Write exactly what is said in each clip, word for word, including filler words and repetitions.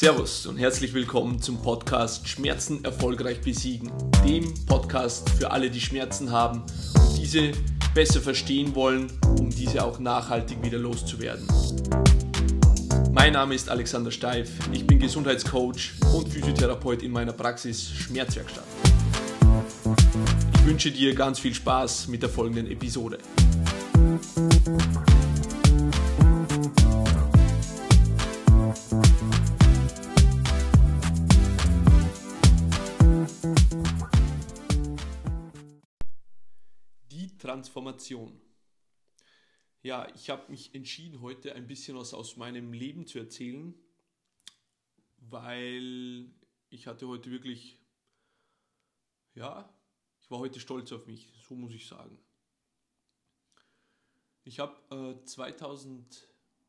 Servus und herzlich willkommen zum Podcast Schmerzen erfolgreich besiegen, dem Podcast für alle, die Schmerzen haben und diese besser verstehen wollen, um diese auch nachhaltig wieder loszuwerden. Mein Name ist Alexander Steif, ich bin Gesundheitscoach und Physiotherapeut in meiner Praxis Schmerzwerkstatt. Ich wünsche dir ganz viel Spaß mit der folgenden Episode. Die Transformation. Ja, ich habe mich entschieden, heute ein bisschen was aus meinem Leben zu erzählen, weil ich hatte heute wirklich, ja, ich war heute stolz auf mich, so muss ich sagen. Ich habe äh, zweitausendneunzehn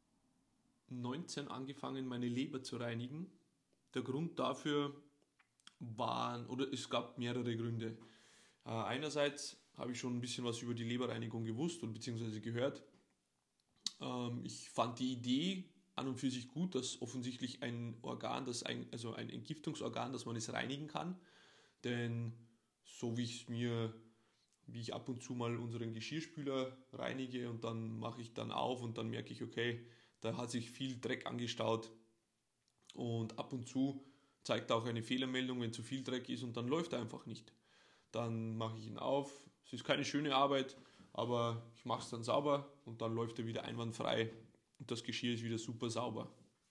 angefangen, meine Leber zu reinigen. Der Grund dafür waren, oder es gab mehrere Gründe. Äh, einerseits habe ich schon ein bisschen was über die Leberreinigung gewusst und beziehungsweise gehört. Ähm, ich fand die Idee an und für sich gut, dass offensichtlich ein Organ, das ein, also ein Entgiftungsorgan, dass man es reinigen kann. Denn so wie ich es mir, wie ich ab und zu mal unseren Geschirrspüler reinige und dann mache ich dann auf und dann merke ich, okay, da hat sich viel Dreck angestaut und ab und zu zeigt auch eine Fehlermeldung, wenn zu viel Dreck ist und dann läuft er einfach nicht. Dann mache ich ihn auf. Es ist keine schöne Arbeit, aber ich mache es dann sauber und dann läuft er wieder einwandfrei und das Geschirr ist wieder super sauber.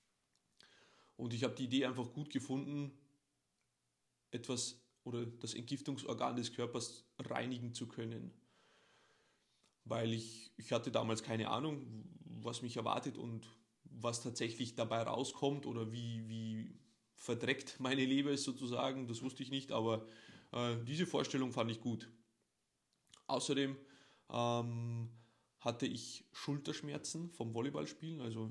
Und ich habe die Idee einfach gut gefunden, etwas oder das Entgiftungsorgan des Körpers reinigen zu können. Weil ich, ich hatte damals keine Ahnung, was mich erwartet und was tatsächlich dabei rauskommt oder wie, wie verdreckt meine Leber ist sozusagen, das wusste ich nicht, aber äh, diese Vorstellung fand ich gut. Außerdem ähm, hatte ich Schulterschmerzen vom Volleyballspielen, also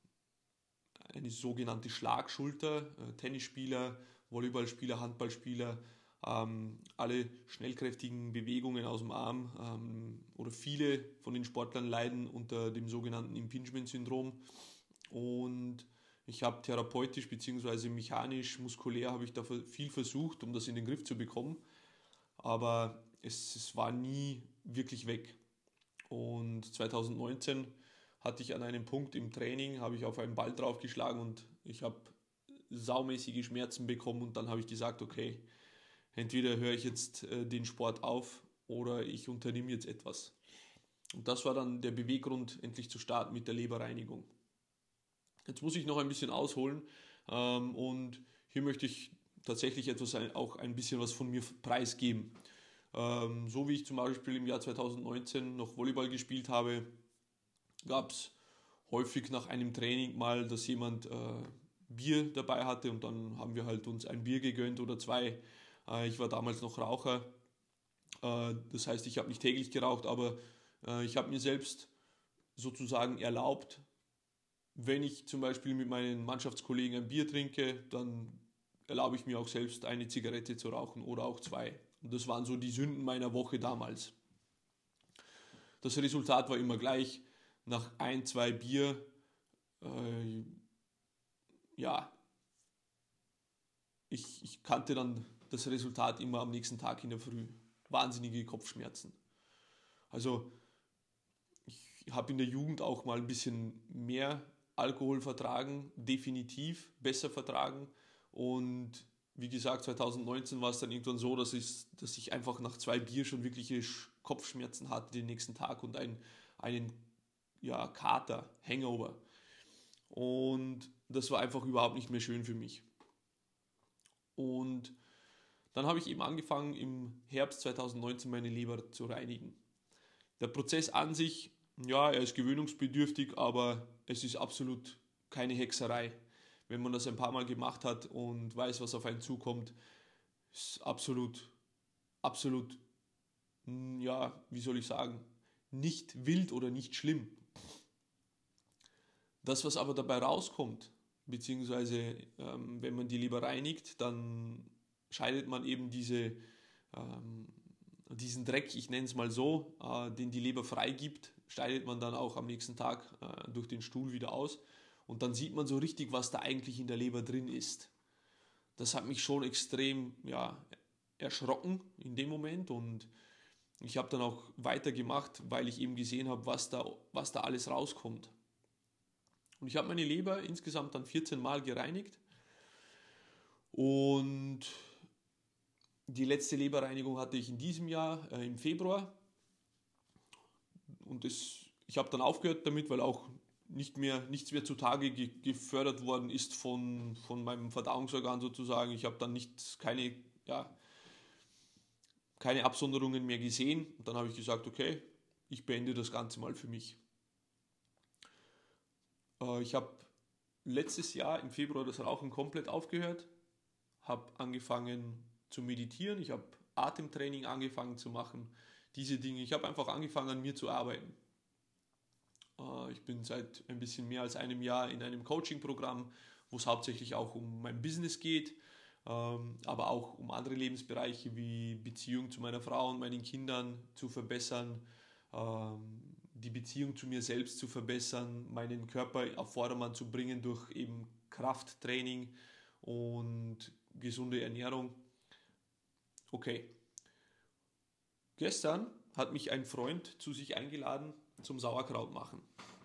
eine sogenannte Schlagschulter. Äh, Tennisspieler, Volleyballspieler, Handballspieler, ähm, alle schnellkräftigen Bewegungen aus dem Arm ähm, oder viele von den Sportlern leiden unter dem sogenannten Impingement-Syndrom. Und ich habe therapeutisch bzw. mechanisch, muskulär habe ich da viel versucht, um das in den Griff zu bekommen. Aber es, es war nie wirklich weg. Und zweitausendneunzehn hatte ich an einem Punkt im Training, habe ich auf einen Ball draufgeschlagen und ich habe saumäßige Schmerzen bekommen und dann habe ich gesagt, okay, entweder höre ich jetzt äh, den Sport auf oder ich unternehme jetzt etwas. Und das war dann der Beweggrund, endlich zu starten mit der Leberreinigung. Jetzt muss ich noch ein bisschen ausholen ähm, und hier möchte ich tatsächlich etwas, auch ein bisschen was von mir preisgeben. Ähm, so wie ich zum Beispiel im Jahr zweitausendneunzehn noch Volleyball gespielt habe, gab es häufig nach einem Training mal, dass jemand äh, Bier dabei hatte und dann haben wir halt uns ein Bier gegönnt oder zwei. Äh, ich war damals noch Raucher, äh, das heißt, ich habe nicht täglich geraucht, aber äh, ich habe mir selbst sozusagen erlaubt, wenn ich zum Beispiel mit meinen Mannschaftskollegen ein Bier trinke, dann erlaube ich mir auch selbst eine Zigarette zu rauchen oder auch zwei. Und das waren so die Sünden meiner Woche damals. Das Resultat war immer gleich. Nach ein, zwei Bier, äh, ja, ich, ich kannte dann das Resultat immer am nächsten Tag in der Früh. Wahnsinnige Kopfschmerzen. Also ich habe in der Jugend auch mal ein bisschen mehr Alkohol vertragen, definitiv besser vertragen. Und wie gesagt, zweitausendneunzehn war es dann irgendwann so, dass ich, dass ich einfach nach zwei Bier schon wirkliche Kopfschmerzen hatte den nächsten Tag und ein, einen ja, Kater, Hangover. Und das war einfach überhaupt nicht mehr schön für mich. Und dann habe ich eben angefangen, im Herbst zweitausendneunzehn meine Leber zu reinigen. Der Prozess an sich, ja, er ist gewöhnungsbedürftig, aber es ist absolut keine Hexerei. Wenn man das ein paar Mal gemacht hat und weiß, was auf einen zukommt, ist absolut, absolut, ja, wie soll ich sagen, nicht wild oder nicht schlimm. Das, was aber dabei rauskommt, beziehungsweise ähm, wenn man die Leber reinigt, dann scheidet man eben diese, ähm, diesen Dreck, ich nenne es mal so, äh, den die Leber freigibt, scheidet man dann auch am nächsten Tag äh, durch den Stuhl wieder aus. Und dann sieht man so richtig, was da eigentlich in der Leber drin ist. Das hat mich schon extrem ja, erschrocken in dem Moment und ich habe dann auch weitergemacht, weil ich eben gesehen habe, was da, was da alles rauskommt. Und ich habe meine Leber insgesamt dann vierzehn Mal gereinigt und die letzte Leberreinigung hatte ich in diesem Jahr, äh, im Februar. Und das, ich habe dann aufgehört damit, weil auch nicht mehr, nichts mehr zutage ge- gefördert worden ist von, von meinem Verdauungsorgan sozusagen. Ich habe dann nicht, keine, ja, keine Absonderungen mehr gesehen. Und dann habe ich gesagt, okay, ich beende das Ganze mal für mich. Äh, ich habe letztes Jahr im Februar das Rauchen komplett aufgehört, habe angefangen zu meditieren, ich habe Atemtraining angefangen zu machen, diese Dinge. Ich habe einfach angefangen an mir zu arbeiten. Äh, ich bin seit ein bisschen mehr als einem Jahr in einem Coaching-Programm, wo es hauptsächlich auch um mein Business geht, ähm, aber auch um andere Lebensbereiche wie Beziehung zu meiner Frau und meinen Kindern zu verbessern, ähm, die Beziehung zu mir selbst zu verbessern, meinen Körper auf Vordermann zu bringen durch eben Krafttraining und gesunde Ernährung. Okay, gestern hat mich ein Freund zu sich eingeladen zum Sauerkraut machen.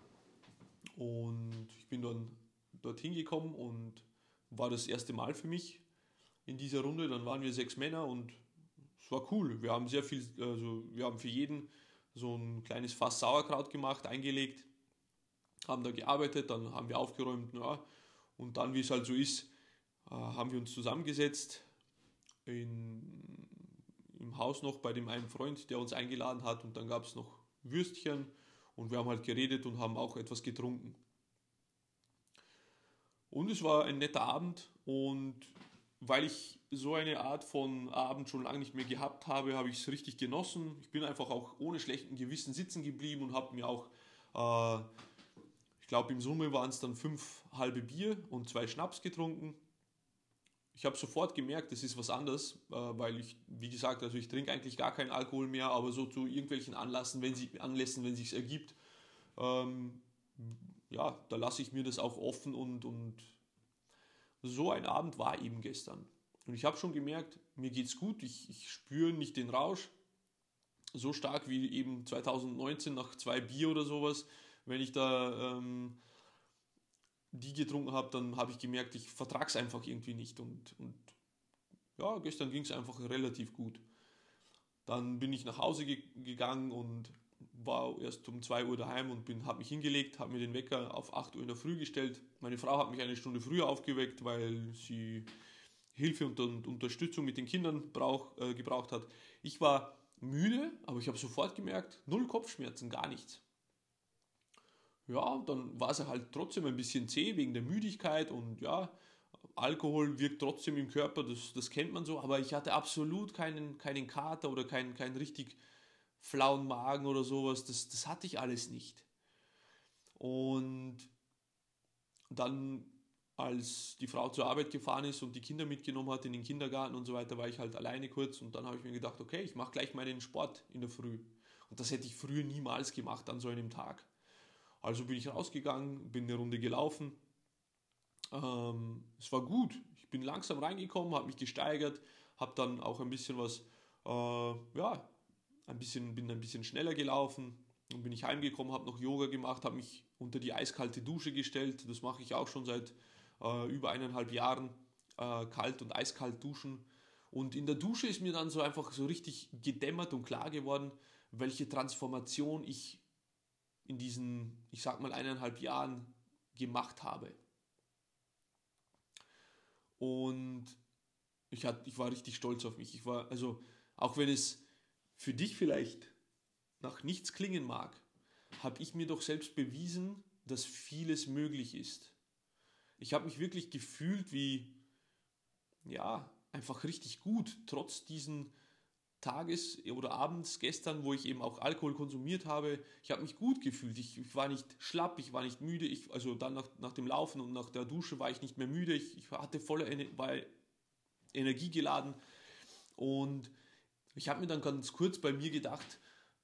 Und ich bin dann dorthin gekommen und war das erste Mal für mich in dieser Runde. Dann waren wir sechs Männer und es war cool. Wir haben sehr viel, also wir haben für jeden so ein kleines Fass Sauerkraut gemacht, eingelegt, haben da gearbeitet, dann haben wir aufgeräumt, ja, und dann, wie es halt so ist, äh, haben wir uns zusammengesetzt in, im Haus noch bei dem einen Freund, der uns eingeladen hat, und dann gab es noch Würstchen und wir haben halt geredet und haben auch etwas getrunken. Und es war ein netter Abend und weil ich so eine Art von Abend schon lange nicht mehr gehabt habe, habe ich es richtig genossen. Ich bin einfach auch ohne schlechten Gewissen sitzen geblieben und habe mir auch, äh, ich glaube im Summe waren es dann fünf halbe Bier und zwei Schnaps getrunken. Ich habe sofort gemerkt, das ist was anderes, äh, weil ich, wie gesagt, also ich trinke eigentlich gar keinen Alkohol mehr, aber so zu irgendwelchen Anlässen, wenn sie, Anlässen, wenn sich ergibt, ähm, ja, da lasse ich mir das auch offen und, und so ein Abend war eben gestern. Und ich habe schon gemerkt, mir geht's gut, ich, ich spüre nicht den Rausch so stark wie eben zwanzig neunzehn nach zwei Bier oder sowas. Wenn ich da ähm, die getrunken habe, dann habe ich gemerkt, ich vertrage es einfach irgendwie nicht. Und, und ja, gestern ging es einfach relativ gut. Dann bin ich nach Hause ge- gegangen und war erst um zwei Uhr daheim und habe mich hingelegt, habe mir den Wecker auf acht Uhr in der Früh gestellt. Meine Frau hat mich eine Stunde früher aufgeweckt, weil sie Hilfe und, und Unterstützung mit den Kindern brauch, äh, gebraucht hat. Ich war müde, aber ich habe sofort gemerkt, null Kopfschmerzen, gar nichts. Ja, dann war es halt trotzdem ein bisschen zäh wegen der Müdigkeit und ja, Alkohol wirkt trotzdem im Körper, das, das kennt man so, aber ich hatte absolut keinen, keinen Kater oder keinen, keinen richtig flauen Magen oder sowas, das, das hatte ich alles nicht. Und dann, als die Frau zur Arbeit gefahren ist und die Kinder mitgenommen hat in den Kindergarten und so weiter, war ich halt alleine kurz und dann habe ich mir gedacht, okay, ich mache gleich meinen Sport in der Früh. Und das hätte ich früher niemals gemacht an so einem Tag. Also bin ich rausgegangen, bin eine Runde gelaufen. Ähm, es war gut. Ich bin langsam reingekommen, habe mich gesteigert, habe dann auch ein bisschen was, äh, ja, ein bisschen, bin ein bisschen schneller gelaufen. Dann bin ich heimgekommen, habe noch Yoga gemacht, habe mich unter die eiskalte Dusche gestellt. Das mache ich auch schon seit äh, über eineinhalb Jahren. Äh, kalt und eiskalt duschen. Und in der Dusche ist mir dann so einfach so richtig gedämmert und klar geworden, welche Transformation ich in diesen, ich sag mal, eineinhalb Jahren gemacht habe. Und ich, hat, ich war richtig stolz auf mich. Ich war, also, auch wenn es für dich vielleicht nach nichts klingen mag, habe ich mir doch selbst bewiesen, dass vieles möglich ist. Ich habe mich wirklich gefühlt wie, ja, einfach richtig gut, trotz diesen Tages oder abends gestern, wo ich eben auch Alkohol konsumiert habe. Ich habe mich gut gefühlt. Ich, ich war nicht schlapp, ich war nicht müde. Ich, also dann nach, nach dem Laufen und nach der Dusche war ich nicht mehr müde. Ich, ich hatte volle Ener- war Energie geladen. Und ich habe mir dann ganz kurz bei mir gedacht,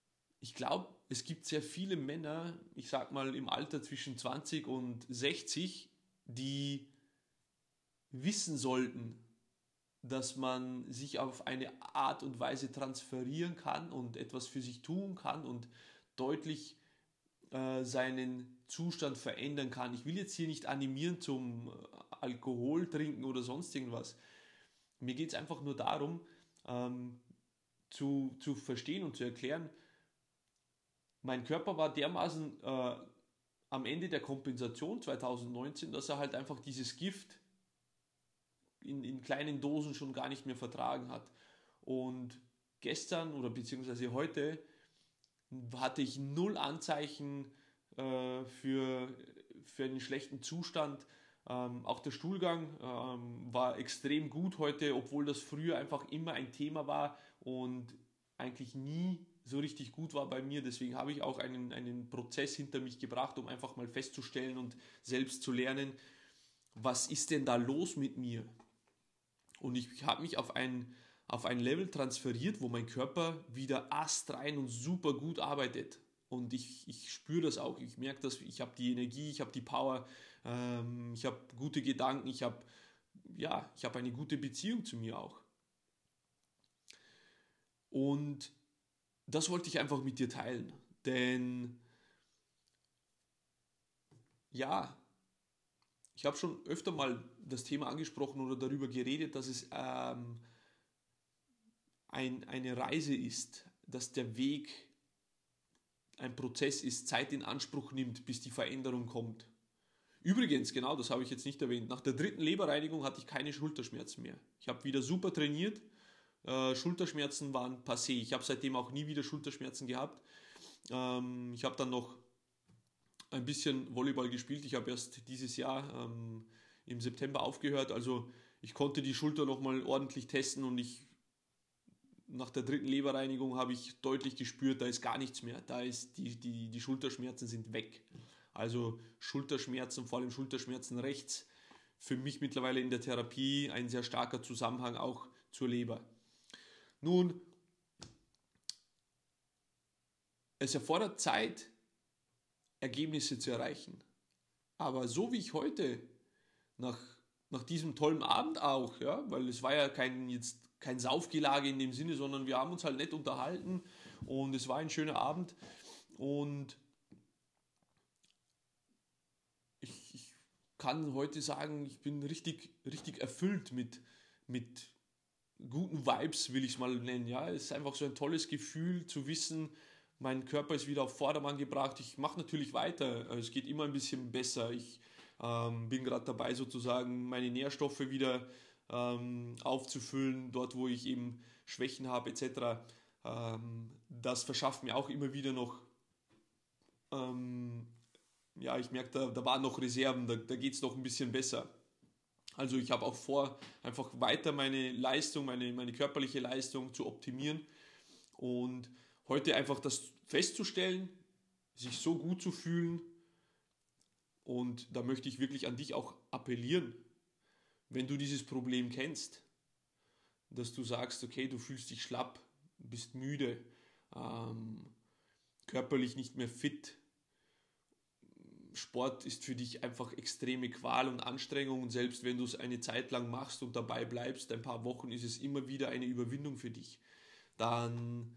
ich glaube, es gibt sehr viele Männer, ich sag mal im Alter zwischen zwanzig und sechzig, die wissen sollten, dass man sich auf eine Art und Weise transferieren kann und etwas für sich tun kann und deutlich äh, seinen Zustand verändern kann. Ich will jetzt hier nicht animieren zum äh, Alkohol trinken oder sonst irgendwas. Mir geht es einfach nur darum, ähm, zu, zu verstehen und zu erklären, mein Körper war dermaßen äh, am Ende der Kompensation zwanzig neunzehn, dass er halt einfach dieses Gift in, in kleinen Dosen schon gar nicht mehr vertragen hat. Und gestern oder beziehungsweise heute hatte ich null Anzeichen äh, für, für einen schlechten Zustand. Ähm, auch der Stuhlgang ähm, war extrem gut heute, obwohl das früher einfach immer ein Thema war und eigentlich nie so richtig gut war bei mir. Deswegen habe ich auch einen, einen Prozess hinter mich gebracht, um einfach mal festzustellen und selbst zu lernen, was ist denn da los mit mir? Und ich habe mich auf ein, auf ein Level transferiert, wo mein Körper wieder astrein und super gut arbeitet. Und ich, ich spüre das auch. Ich merke das, ich habe die Energie, ich habe die Power, ähm, ich habe gute Gedanken, ich habe ja, ich habe eine gute Beziehung zu mir auch. Und das wollte ich einfach mit dir teilen. Denn ja, ich habe schon öfter mal das Thema angesprochen oder darüber geredet, dass es ähm, ein, eine Reise ist, dass der Weg ein Prozess ist, Zeit in Anspruch nimmt, bis die Veränderung kommt. Übrigens, genau, das habe ich jetzt nicht erwähnt, nach der dritten Leberreinigung hatte ich keine Schulterschmerzen mehr. Ich habe wieder super trainiert, äh, Schulterschmerzen waren passé. Ich habe seitdem auch nie wieder Schulterschmerzen gehabt. Ähm, ich habe dann noch ein bisschen Volleyball gespielt. Ich habe erst dieses Jahr ähm, im September aufgehört, also ich konnte die Schulter nochmal ordentlich testen und ich nach der dritten Leberreinigung habe ich deutlich gespürt, da ist gar nichts mehr. Da ist die, die, die Schulterschmerzen sind weg. Also Schulterschmerzen, vor allem Schulterschmerzen rechts, für mich mittlerweile in der Therapie ein sehr starker Zusammenhang auch zur Leber. Nun, es erfordert Zeit, Ergebnisse zu erreichen. Aber so wie ich heute, nach, nach diesem tollen Abend auch, ja, weil es war ja kein, jetzt kein Saufgelage in dem Sinne, sondern wir haben uns halt nett unterhalten und es war ein schöner Abend und ich, ich kann heute sagen, ich bin richtig, richtig erfüllt mit, mit guten Vibes, will ich es mal nennen. Ja, es ist einfach so ein tolles Gefühl zu wissen, mein Körper ist wieder auf Vordermann gebracht. Ich mache natürlich weiter. Es geht immer ein bisschen besser. Ich ähm, bin gerade dabei, sozusagen meine Nährstoffe wieder ähm, aufzufüllen, dort wo ich eben Schwächen habe, et cetera. Ähm, das verschafft mir auch immer wieder noch, ähm, ja, ich merke, da, da waren noch Reserven, da, da geht es noch ein bisschen besser. Also ich habe auch vor, einfach weiter meine Leistung, meine, meine körperliche Leistung zu optimieren und heute einfach das festzustellen, sich so gut zu fühlen und da möchte ich wirklich an dich auch appellieren, wenn du dieses Problem kennst, dass du sagst, okay, du fühlst dich schlapp, bist müde, ähm, körperlich nicht mehr fit, Sport ist für dich einfach extreme Qual und Anstrengung und selbst wenn du es eine Zeit lang machst und dabei bleibst, ein paar Wochen, ist es immer wieder eine Überwindung für dich. Dann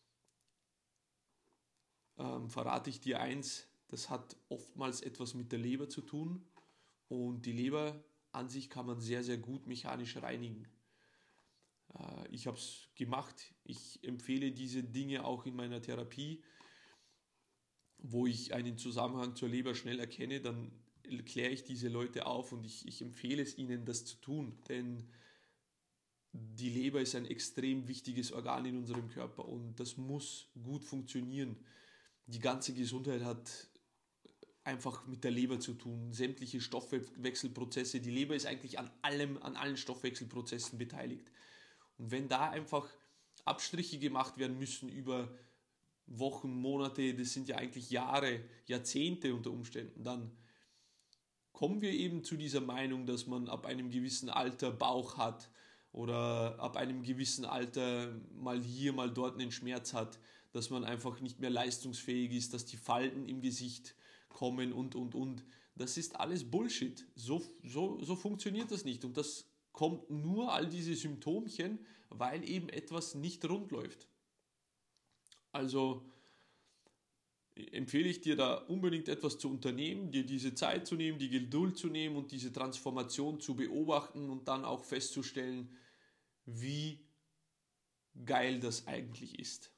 ähm, verrate ich dir eins, das hat oftmals etwas mit der Leber zu tun und die Leber an sich kann man sehr, sehr gut mechanisch reinigen. Äh, ich habe es gemacht, ich empfehle diese Dinge auch in meiner Therapie, wo ich einen Zusammenhang zur Leber schnell erkenne, dann kläre ich diese Leute auf und ich, ich empfehle es ihnen, das zu tun, denn die Leber ist ein extrem wichtiges Organ in unserem Körper und das muss gut funktionieren. Die ganze Gesundheit hat einfach mit der Leber zu tun, sämtliche Stoffwechselprozesse, die Leber ist eigentlich an allem, an allen Stoffwechselprozessen beteiligt. Und wenn da einfach Abstriche gemacht werden müssen über Wochen, Monate, das sind ja eigentlich Jahre, Jahrzehnte unter Umständen, dann kommen wir eben zu dieser Meinung, dass man ab einem gewissen Alter Bauch hat oder ab einem gewissen Alter mal hier, mal dort einen Schmerz hat. dass man einfach nicht mehr leistungsfähig ist, dass die Falten im Gesicht kommen und, und, und. Das ist alles Bullshit. So, so, so funktioniert das nicht. Und das kommt nur, all diese Symptomchen, weil eben etwas nicht rund läuft. Also empfehle ich dir da unbedingt etwas zu unternehmen, dir diese Zeit zu nehmen, die Geduld zu nehmen und diese Transformation zu beobachten und dann auch festzustellen, wie geil das eigentlich ist.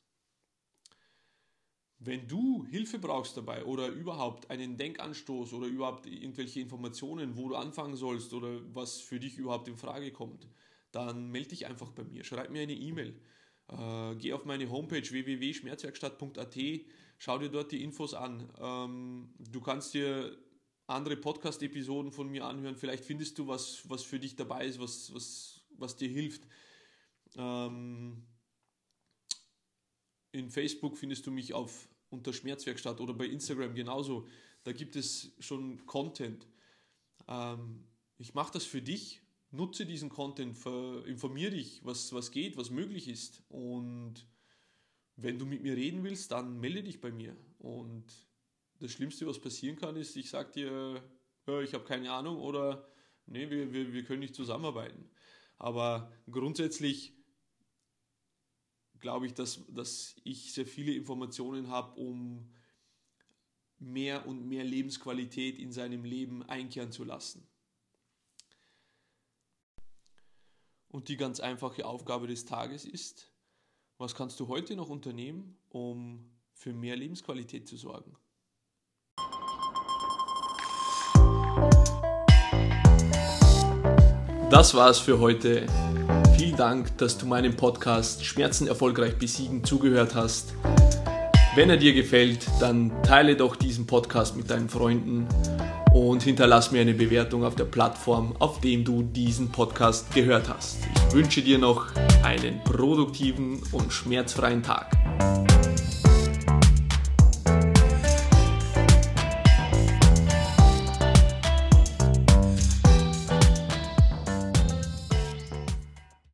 Wenn du Hilfe brauchst dabei oder überhaupt einen Denkanstoß oder überhaupt irgendwelche Informationen, wo du anfangen sollst oder was für dich überhaupt in Frage kommt, dann melde dich einfach bei mir. Schreib mir eine E-Mail. Äh, geh auf meine Homepage w w w punkt schmerzwerkstatt punkt a t, schau dir dort die Infos an. Ähm, du kannst dir andere Podcast-Episoden von mir anhören. Vielleicht findest du was, was für dich dabei ist, was, was, was dir hilft. Ähm, in Facebook findest du mich auf unter Schmerzwerkstatt oder bei Instagram genauso. Da gibt es schon Content. Ähm, ich mache das für dich. Nutze diesen Content, informiere dich, was, was geht, was möglich ist. Und wenn du mit mir reden willst, dann melde dich bei mir. Und das Schlimmste, was passieren kann, ist, ich sage dir, ja, ich habe keine Ahnung oder nee, wir, wir, wir können nicht zusammenarbeiten. Aber grundsätzlich glaube ich, dass, dass ich sehr viele Informationen habe, um mehr und mehr Lebensqualität in seinem Leben einkehren zu lassen. Und die ganz einfache Aufgabe des Tages ist, was kannst du heute noch unternehmen, um für mehr Lebensqualität zu sorgen? Das war's für heute. Vielen Dank, dass du meinem Podcast Schmerzen erfolgreich besiegen zugehört hast. Wenn er dir gefällt, dann teile doch diesen Podcast mit deinen Freunden und hinterlass mir eine Bewertung auf der Plattform, auf dem du diesen Podcast gehört hast. Ich wünsche dir noch einen produktiven und schmerzfreien Tag.